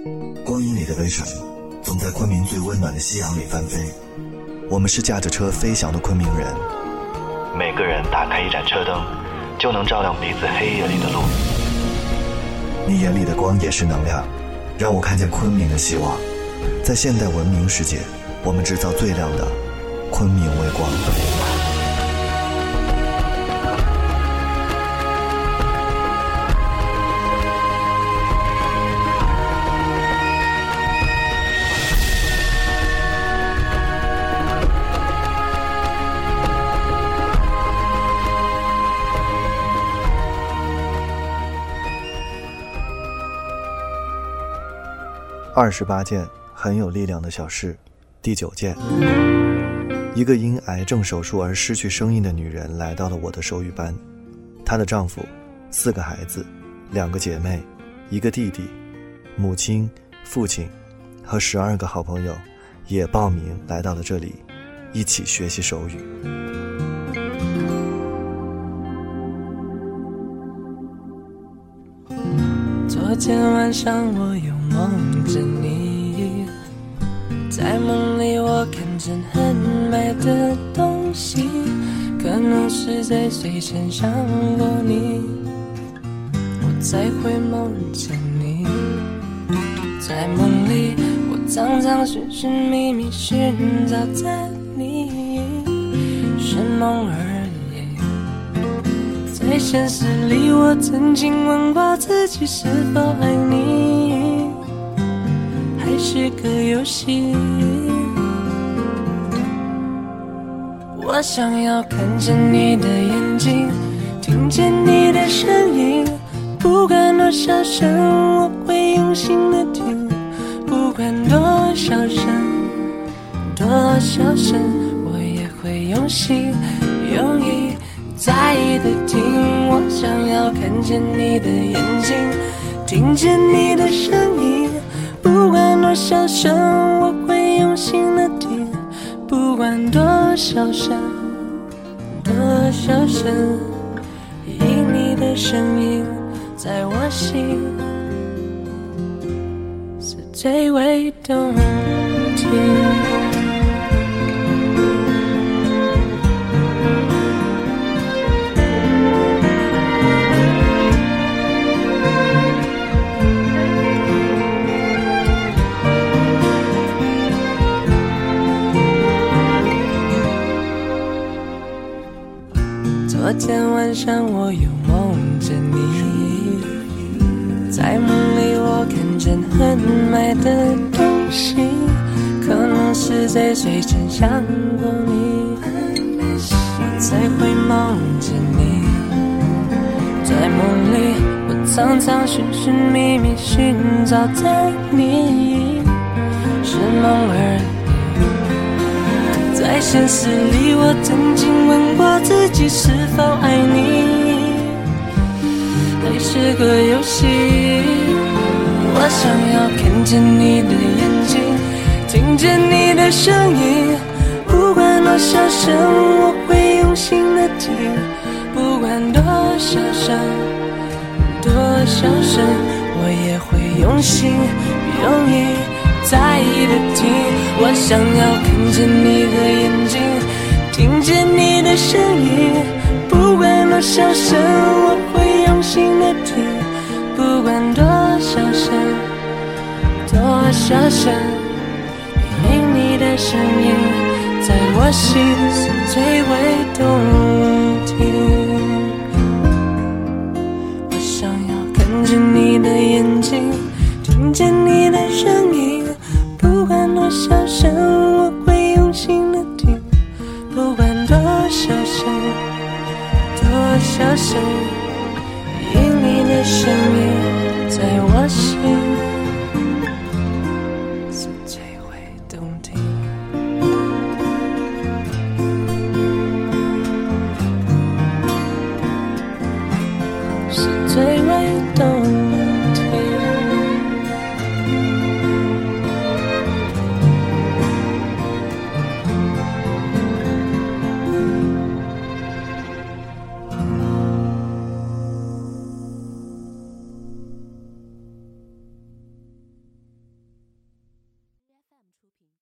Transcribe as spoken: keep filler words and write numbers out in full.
光阴里的微尘总在昆明最温暖的夕阳里翻飞。我们是驾着车飞翔的昆明人，每个人打开一盏车灯，就能照亮彼此黑夜里的路。你眼里的光也是能量，让我看见昆明的希望。在现代文明世界，我们制造最亮的昆明微光。二十八件很有力量的小事，第九件。一个因癌症手术而失去声音的女人来到了我的手语班。她的丈夫、四个孩子、两个姐妹、一个弟弟、母亲、父亲和十二个好朋友也报名来到了这里，一起学习手语。 昨天晚上我又梦着你，在梦里我看见很美的东西，可能是在睡前想过你，我才会梦见你。在梦里我常常寻寻觅觅寻找在你，是梦而在现实里我曾经问过自己是否爱你，还是个游戏。我想要看见你的眼睛，听见你的声音，不管多小声我会用心的听，不管多小声多小声我也会用心用意在意的听。我想要看见你的眼睛，听见你的声音，不管多小声我会用心的听，不管多小声多小声，因你的声音在我心是最为动听。昨天晚上我又梦着你，在梦里我看见很美的东西，可能是在睡前想过你，我才会梦见你。在梦里我常常寻寻觅觅寻找在你，是梦而在现实里我曾经问过自己是否爱你，还是个游戏。我想要看见你的眼睛，听见你的声音，不管多小声我会用心的听，不管多小声多小声我也会用心用意在意的听。我想要看见你的眼睛，听见你的声音，不管多小声我会用心的听，不管多小声多小声，因你的声音在我心是最为动听。我想要看见你的眼睛，听见你的声音，不管多小声我会用心的听，不管多小声多小声，因你的声音